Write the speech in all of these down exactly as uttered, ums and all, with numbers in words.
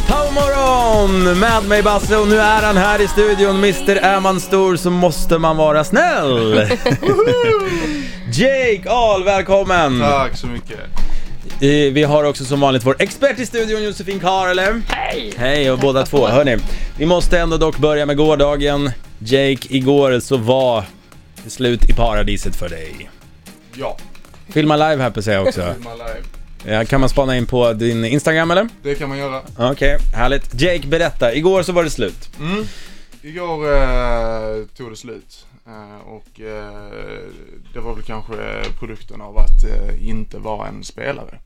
Morgon med mig Basse, och nu är han här i studion. Mister Är man stor så måste man vara snäll. Jake Ahl, välkommen. Tack så mycket. Vi har också som vanligt vår expert i studion, Josefin Karle. Hej. Hej, och båda två, hörni. Vi måste ändå dock börja med gårdagen. Jake, igår så var det slut i paradiset för dig. Ja. Filma live här på sig också. Filma live. Ja, kan man spana in på din Instagram eller? Det kan man göra. Okej, okay, härligt. Jake, berätta. Igår så var det slut. Mm. Igår eh, tog det slut. Eh, och eh, det var väl kanske produkten av att eh, inte vara en spelare.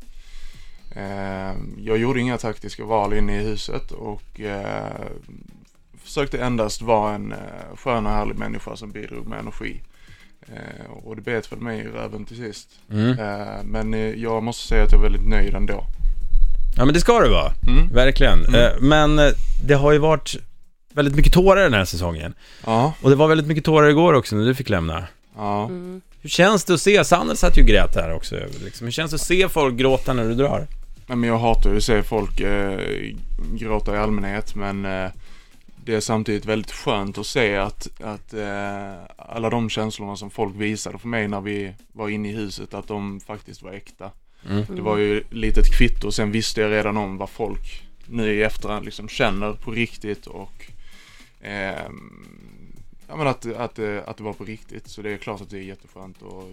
Eh, jag gjorde inga taktiska val inne i huset och eh, försökte endast vara en eh, skön och härlig människa som bidrog med energi. Eh, och det bet för mig i röven till sist. Mm. Eh, men eh, jag måste säga att jag är väldigt nöjd ändå. Ja, men det ska det vara. Mm. Verkligen. Mm. Eh, men eh, det har ju varit väldigt mycket tårar den här säsongen. Ja. Och det var väldigt mycket tårar igår också när du fick lämna. Ja. Mm. Hur känns det att se? Sandel satt ju grät här också. Liksom. Hur känns det att se folk gråta när du drar? Nej, men jag hatar ju att se folk eh, gråta i allmänhet, men eh, det är samtidigt väldigt skönt att se att, att eh, alla de känslorna som folk visade för mig när vi var inne i huset, att de faktiskt var äkta. Mm. Det var ju lite ett kvitto, och sen visste jag redan om vad folk nu i efterhand liksom känner på riktigt, och eh, ja, men att, att, att det var på riktigt. Så det är klart att det är jätteskönt och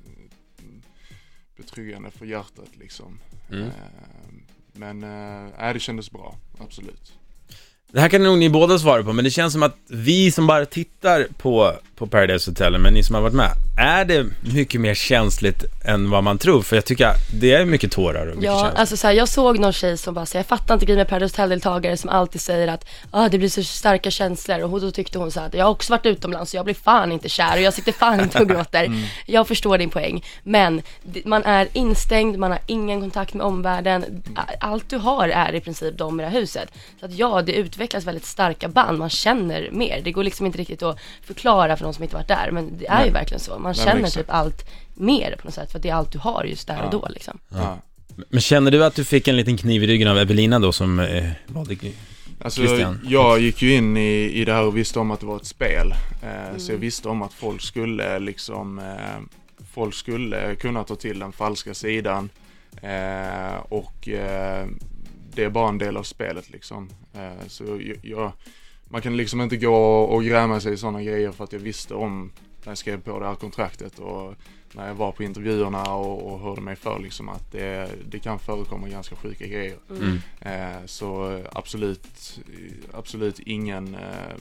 betryggande för hjärtat liksom. Mm. Eh, men eh, det kändes bra, absolut. Det här kan nog ni båda svara på, men det känns som att vi som bara tittar på, på Paradise Hotel, men ni som har varit med, är det mycket mer känsligt än vad man tror? För jag tycker det är mycket tårar och mycket Ja, känsligt. alltså så här, jag såg någon tjej som bara säger, jag fattar inte grejen med Paradise Hotel-deltagare som alltid säger att ah, det blir så starka känslor, och då tyckte hon så här att jag har också varit utomlands så jag blir fan inte kär och jag sitter fan inte och gråter. Mm. Jag förstår din poäng, men man är instängd, man har ingen kontakt med omvärlden, allt du har är i princip de i det här huset. Så att ja, det utvecklas väldigt starka band, man känner mer. Det går liksom inte riktigt att förklara för någon som inte varit där, men det är Nej. ju verkligen så. Man Nej, känner typ allt mer på något sätt, för att det är allt du har just där ja. och då liksom. Ja. Men känner du att du fick en liten kniv i ryggen av Evelina då som eh, valde alltså, Christian? Jag gick ju in i, i det här och visste om att det var ett spel. Eh, mm. Så jag visste om att folk skulle liksom eh, folk skulle kunna ta till den falska sidan. Eh, och eh, det är bara en del av spelet liksom. Eh, så jag, jag, man kan liksom inte gå och gräma sig i sådana grejer, för att jag visste om när jag skrev på det här kontraktet och när jag var på intervjuerna och, och hörde mig för liksom, att det, det kan förekomma ganska sjuka grejer. Mm. Eh, så absolut absolut ingen eh,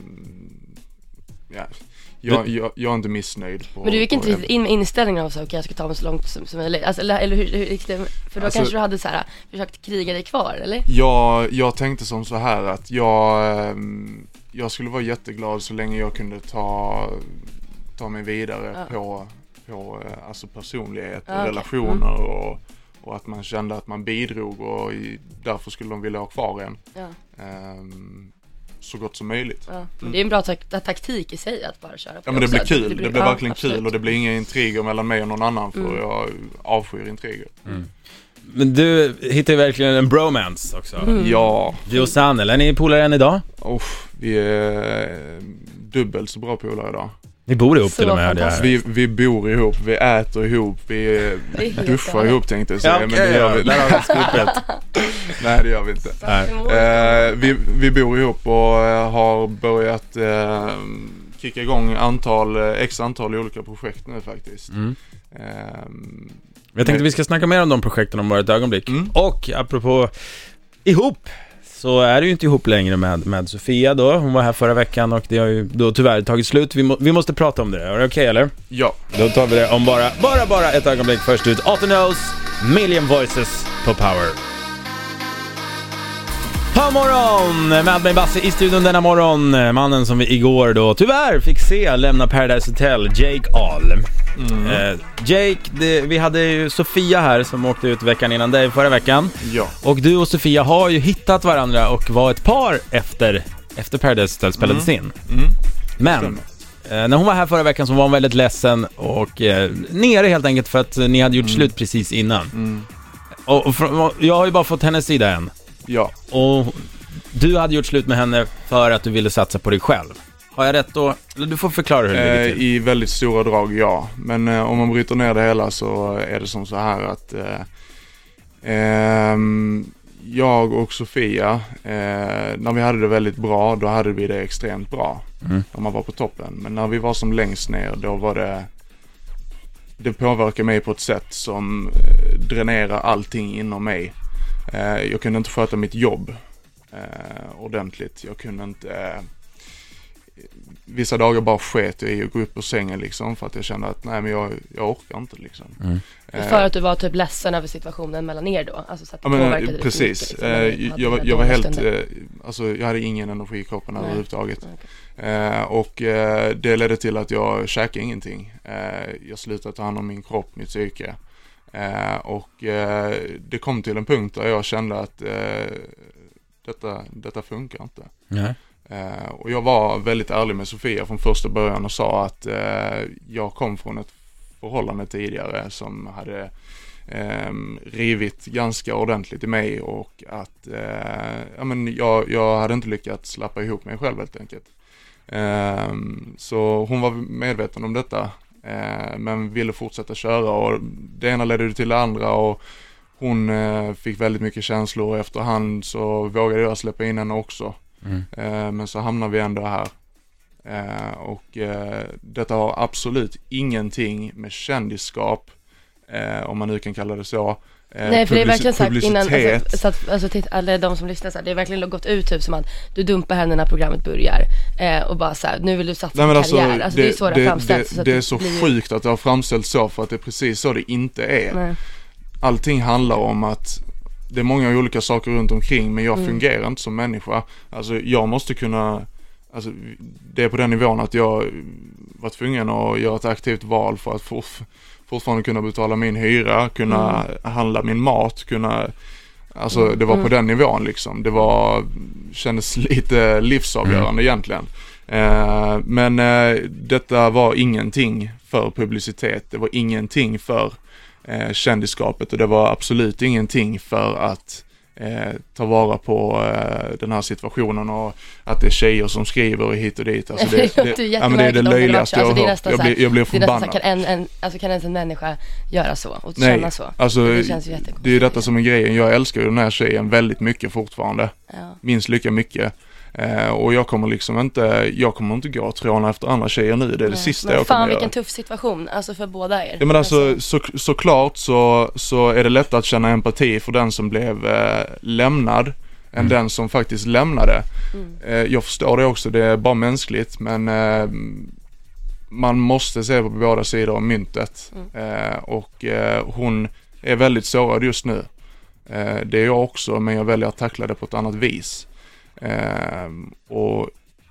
ja, jag, jag, jag är inte missnöjd på, men du gick inte på riktigt in med inställningen av så okej, okay, jag ska ta mig så långt som, som möjligt, alltså, eller, eller hur, hur gick det? För då alltså, kanske du hade så här försökt kriga dig kvar, eller? Jag, jag tänkte som så här att jag, jag skulle vara jätteglad så länge jag kunde ta, ta mig vidare ja. på, på alltså personlighet och ja, okay. relationer mm. och, och att man kände att man bidrog, och i, därför skulle de vilja ha kvar en. Ja. Um, så gott som möjligt. Ja. Mm. Det är en bra tak- taktik i sig att bara köra på. Ja, men det blir kul. Det blir, det blir ja, verkligen absolut. kul, och det blir inga intriger mellan mig och någon annan, för mm. jag avskyr intriger. Mm. Men du hittar ju verkligen en bromance också. Mm. Ja. Du och Sandel, är ni polare än idag? Oh, vi är dubbelt så bra polare idag. Ni bor ihop till och med här. Vi, vi bor ihop, vi äter ihop, vi duschar ihop tänkte jag säga. Ja, okay, men det gör vi. Där har vi skopet. Nej, det gör vi inte. Uh, vi, vi bor ihop och har börjat uh, kicka igång antal, x antal olika projekt nu faktiskt. Mm. Uh, jag tänkte men... vi ska snacka mer om de projekten om bara ett ögonblick. Mm. Och apropå ihop, så är det ju inte ihop längre med, med Sofia då. Hon var här förra veckan och det har ju då tyvärr tagit slut. Vi, må, vi måste prata om det. Är det okej okay, eller? Ja. Då tar vi det om bara, bara, bara ett ögonblick. Först ut, Autonos, Million Voices på Power. God morgon! Med mig Basse i studion denna morgon. Mannen som vi igår då tyvärr fick se lämna Paradise Hotel, Jake Ahl. Mm. Eh, Jake, det, vi hade ju Sofia här som åkte ut veckan innan dig förra veckan. Ja. Och du och Sofia har ju hittat varandra och var ett par efter, efter Paradise Hotel spelades mm. in. Mm. Men eh, när hon var här förra veckan så var hon väldigt ledsen och eh, nere helt enkelt för att ni hade gjort mm. slut precis innan. Mm. Och, och, och jag har ju bara fått hennes sida än. Ja. Och Du hade gjort slut med henne för att du ville satsa på dig själv. Har jag rätt då? Du får förklara hur det ligger till. Eh, I väldigt stora drag, ja. Men eh, om man bryter ner det hela så är det som så här att eh, eh, jag och Sofia, eh, när vi hade det väldigt bra, då hade vi det extremt bra. Mm. När man var på toppen. Men när vi var som längst ner, då var det... Det påverkar mig på ett sätt som dränerar allting inom mig. Eh, jag kunde inte sköta mitt jobb eh, ordentligt. Jag kunde inte... Eh, vissa dagar bara sket i att gå upp på sängen liksom, för att jag kände att nej, men jag, jag orkar inte liksom. Mm. Eh, för att du var typ ledsen över situationen mellan er då? Alltså, så att det ja, men, påverkade precis. Mycket, liksom, eh, jag, jag var helt... Eh, alltså, jag hade ingen energi i kroppen nej. överhuvudtaget. Okay. Eh, och eh, det ledde till att jag käkade ingenting. Eh, jag slutade ta hand om min kropp, mitt psyke. Eh, och eh, det kom till en punkt där jag kände att eh, detta, detta funkar inte. Nej. Uh, och jag var väldigt ärlig med Sofia från första början och sa att uh, jag kom från ett förhållande tidigare som hade um, rivit ganska ordentligt i mig och att uh, ja, men jag, jag hade inte lyckats slappa ihop mig själv helt enkelt. Um, så hon var medveten om detta uh, men ville fortsätta köra och det ena ledde till det andra och hon uh, fick väldigt mycket känslor och efterhand så vågade jag släppa in henne också. Mm. Eh, men så hamnar vi ändå här eh, och eh, detta har absolut ingenting med kändisskap eh, om man nu kan kalla det så eh, nej, för det är verkligen sagt innan publicitet. alltså, så att, alltså till alla de som lyssnar så här, det är verkligen gått ut typ som att du dumpar henne när programmet börjar eh, och bara så här, nu vill du satsa nej, på karriär alltså, alltså, det, det är så det, det framställs det, så att det är det så blir... sjukt att det har framställts så för att det är precis så det inte är nej. Allting handlar om att det är många olika saker runt omkring men jag mm. fungerar inte som människa. Alltså jag måste kunna, alltså det är på den nivån att jag var tvungen att göra ett aktivt val för att forf- fortfarande kunna betala min hyra, kunna mm. handla min mat, kunna, alltså mm. det var på den nivån liksom. Det var, kändes lite livsavgörande mm. egentligen. Eh, men eh, detta var ingenting för publicitet, det var ingenting för Eh, kändisskapet och det var absolut ingenting för att eh, ta vara på eh, den här situationen och att det är tjejer som skriver hit och dit. Alltså det, det, det, ja, men det är det löjligaste jag har hört. Jag, blir, jag blir förbannad. Kan, en, en, alltså kan ens en människa göra så och nej, känna så? Alltså, det känns ju det är detta som är grejen. Jag älskar ju den här tjejen väldigt mycket fortfarande. Ja. Minst lika mycket. Uh, och jag kommer liksom inte jag kommer inte gå och tråna efter andra tjejer nu. Det är nej. det sista men jag kommer fan, göra. Vilken tuff situation, alltså för båda er. Ja, men alltså, alltså. Så, såklart så, så är det lätt att känna empati för den som blev uh, lämnad mm. än den som faktiskt lämnade. Mm. Uh, jag förstår det också, det är bara mänskligt men uh, man måste se på båda sidor av myntet. Mm. Uh, och uh, hon är väldigt sårad just nu. Uh, det är jag också, men jag väljer att tackla det på ett annat vis. Um, och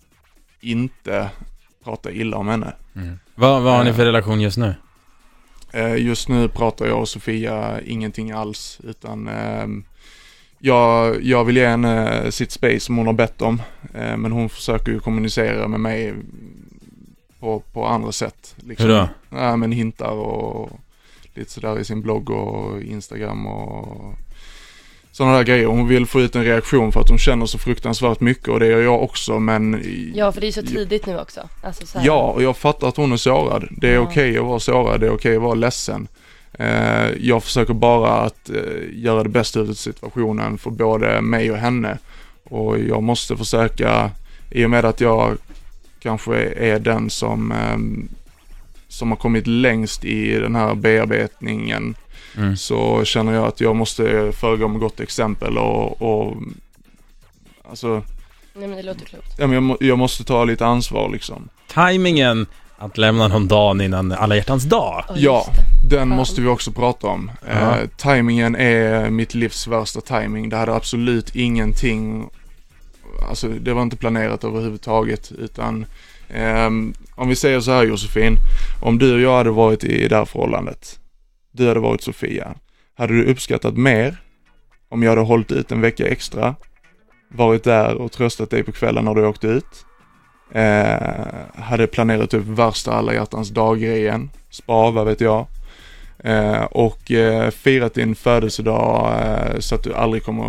inte prata illa om henne. Mm. Vad, vad har ni för uh, relation just nu? Uh, just nu pratar jag och Sofia ingenting alls utan um, jag, jag vill ge henne sitt space som hon har bett om uh, men hon försöker ju kommunicera med mig på, på andra sätt liksom. Hur då? Ja, men hintar och lite sådär i sin blogg och Instagram och sådana där grejer. Hon vill få ut en reaktion för att hon känner så fruktansvärt mycket och det gör jag också, men... Ja, för det är så tidigt nu också. Alltså, så här. Ja, och jag fattar att hon är sårad. Det är ja. okej okay att vara sårad, det är okej okay att vara ledsen. Eh, jag försöker bara att eh, göra det bästa ut av situationen för både mig och henne. Och jag måste försöka, i och med att jag kanske är den som, eh, som har kommit längst i den här bearbetningen Mm. så känner jag att jag måste föregå med gott exempel och, och alltså nej men det låter klokt. Ja, men jag, må, jag måste ta lite ansvar liksom. Timingen att lämna någon dag innan alla hjärtans dag. Oh, ja, den Fan. måste vi också prata om. Uh-huh. Eh, timingen är mitt livs värsta timing. Det hade absolut ingenting, alltså det var inte planerat överhuvudtaget utan eh, om vi säger så här Josefin, om du och jag hade varit i det här förhållandet, du hade varit Sofia. Hade du uppskattat mer om jag hade hållit ut en vecka extra, varit där och tröstat dig på kvällen när du åkte ut? Eh, hade planerat upp värsta alla hjärtans dag-grejen, spa, vad vet jag. Eh, och eh, firat din födelsedag eh, så att du aldrig kommer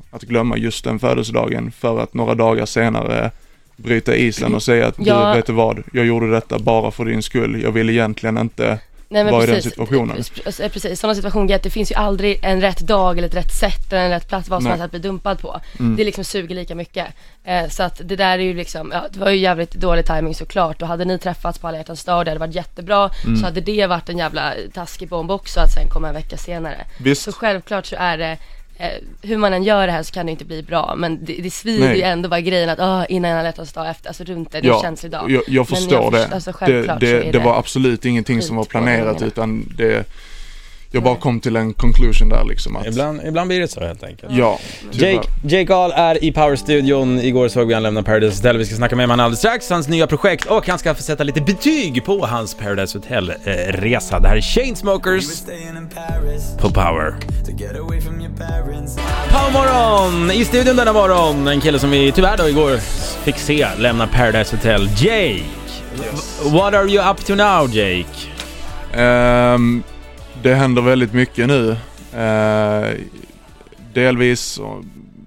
att glömma just den födelsedagen för att några dagar senare bryta isen och säga att Ja. du, vet du vad, jag gjorde detta bara för din skull. Jag vill egentligen inte Nej, men vara i den precis, situationen. Precis, precis. Sådana situationer är att det finns ju aldrig en rätt dag eller ett rätt sätt eller en rätt plats vad som Nej. helst att bli dumpad på. Mm. Det liksom suger lika mycket. Eh, så att det där är ju liksom, ja, det var ju jävligt dålig timing såklart. Och hade ni träffats på alla hjärtans dag, det hade varit jättebra. Mm. Så hade det varit en jävla taskig bomb också att sen komma en vecka senare. Visst. Så självklart så är det, eh, hur man än gör det här så kan det inte bli bra. Men det, det svider Nej. ju ändå bara grejen att ah, innan en alla hjärtans dag efter, alltså runt det, det Ja, känns idag. Jag, jag Men förstår jag det. först- alltså det, självklart det, så är det det var absolut ingenting som var skit på planerat, gångerna. utan det, jag bara kom till en conclusion där liksom att, Ibland, ibland blir det så helt enkelt. ja, tyvärr. Jake, Jake Ahl är i Power-studion. Igår såg vi han lämna Paradise Hotel. Vi ska snacka med honom alldeles strax, hans nya projekt. Och han ska få sätta lite betyg på hans Paradise Hotel-resa. Det här är Chainsmokers på Power. Powermorgon i studion denna morgon. En kille som vi tyvärr då igår fick se lämna Paradise Hotel. Jake, Yes. what are you up to now, Jake? Ehm, det händer väldigt mycket nu. Ehm, delvis så,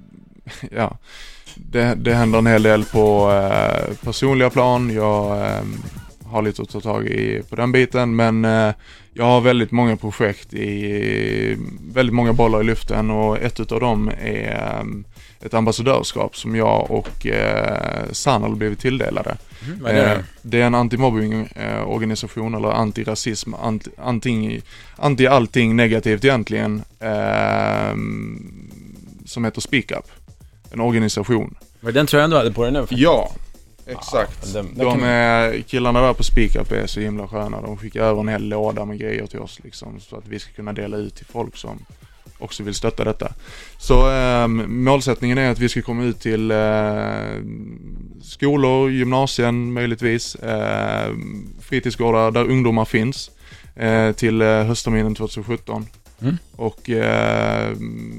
ja, det, det händer en hel del på eh, personliga plan. Jag eh, har lite att ta tag i på den biten, men eh, jag har väldigt många projekt i väldigt många bollar i luften, och ett utav dem är eh, ett ambassadörskap som jag och eh, Sanna har blivit tilldelade. Mm, vad är det? Eh, det är en anti-mobbing-organisation eller antirasism, anti, anti, anti allting negativt egentligen, eh, som heter Speak Up. En organisation. Var det den tröjan du hade på dig nu? Ja, exakt. Ja, den- den De kan- är, killarna där på Speak Up är så himla sköna. De skickar över en hel låda med grejer till oss liksom, så att vi ska kunna dela ut till folk som också vill stötta detta. Så eh, målsättningen är att vi ska komma ut till eh, skolor, gymnasien möjligtvis, eh, fritidsgårdar där ungdomar finns, eh, till eh, höstterminen tjugohundrasjutton. Mm. Och eh,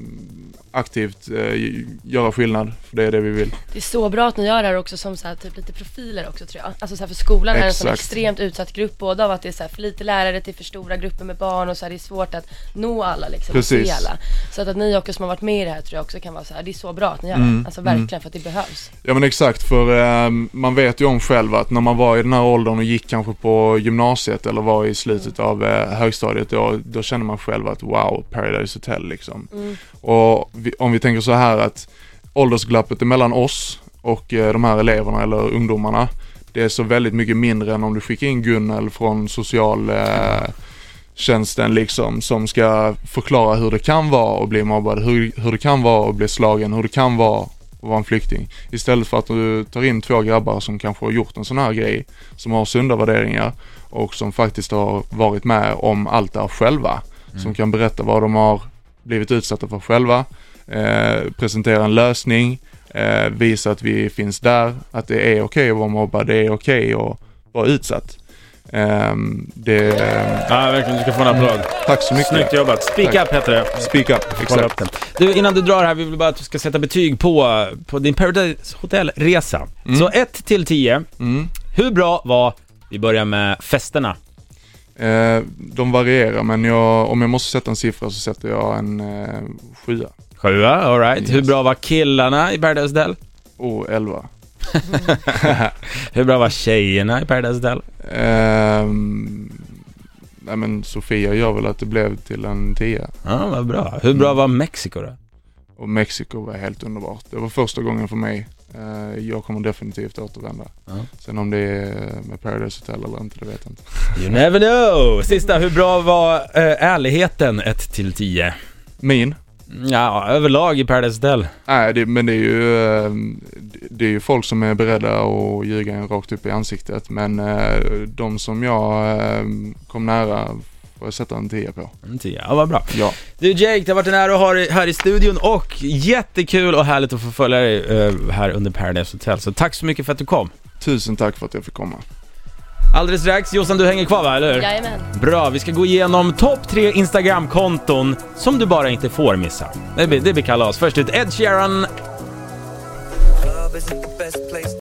aktivt eh, göra skillnad, för det är det vi vill. Det är så bra att ni gör det här också som så här, typ lite profiler också, tror jag. Alltså så här, för skolan är en sån Exakt. extremt utsatt grupp, både av att det är så här, för lite lärare till för stora grupper med barn, och så här, det är svårt att nå alla liksom, och se Precis. alla. Så att, att ni också som har varit med i det här tror jag också kan vara så här, det är så bra att ni gör Mm, det. Alltså verkligen, mm. för att det behövs. Ja men exakt, för eh, man vet ju om själv att när man var i den här åldern och gick kanske på gymnasiet eller var i slutet av eh, högstadiet, då, då känner man själv att wow, Paradise Hotel liksom. Mm. Och vi, om vi tänker så här att åldersglappet mellan oss och eh, de här eleverna eller ungdomarna, det är så väldigt mycket mindre än om du skickar in Gunnel från social eh, tjänsten liksom, som ska förklara hur det kan vara att bli mobbad, hur, hur det kan vara att bli slagen, hur det kan vara att vara en flykting. Istället för att du tar in två grabbar som kanske har gjort en sån här grej, som har sunda värderingar och som faktiskt har varit med om allt det här själva, mm. som kan berätta vad de har blivit utsatta för själva, eh, presentera en lösning, eh, visa att vi finns där, att det är okej okay att vara mobbad, det är okej okay att vara utsatt. Um, det, Ja, verkligen, du ska få en applåd. tack så mycket. Snyggt jobbat. Speak Tack. Up heter det. Speak Up, Kolla upp exakt. den. Du, innan du drar här, vi vill bara att du ska sätta betyg på, på din Paradise Hotel-resa. Mm. Så ett till tio. Mm. Hur bra var, vi börjar med festerna. Eh, de varierar, men jag, om jag måste sätta en siffra så sätter jag en eh, sjua. Sjua, all right. Yes. Hur bra var killarna i Paradise Hotel? Och elva. Hur bra var tjejerna i Paradise Hotel? Eh, nej men Sofia gör väl att det blev till en tia. Ja, vad bra. Hur bra var Mexiko då? Och Mexiko var helt underbart. Det var första gången för mig. Eh, jag kommer definitivt återvända. Ja. Sen om det är med Paradise Hotel eller inte, det vet jag inte. You never know. Sista, hur bra var äh, ärligheten ett till tio? Min? Ja, överlag i Paradise Hotel. Nej, det, men det är ju eh, det är ju folk som är beredda att ljuga en rakt upp i ansiktet. Men eh, de som jag eh, kom nära får jag sätta en tia på. En tia, ja, vad bra. Ja. Du Jake, det har varit en ära att ha dig här i studion och jättekul och härligt att få följa dig uh, här under Paradise Hotel. Så tack så mycket för att du kom. Tusen tack för att jag fick komma. Alldeles strax, Jossan, du hänger kvar va, eller hur? Jajamän. Bra, vi ska gå igenom topp tre Instagram-konton som du bara inte får missa. Det blir, det blir kalas. Först ut Ed Sheeran.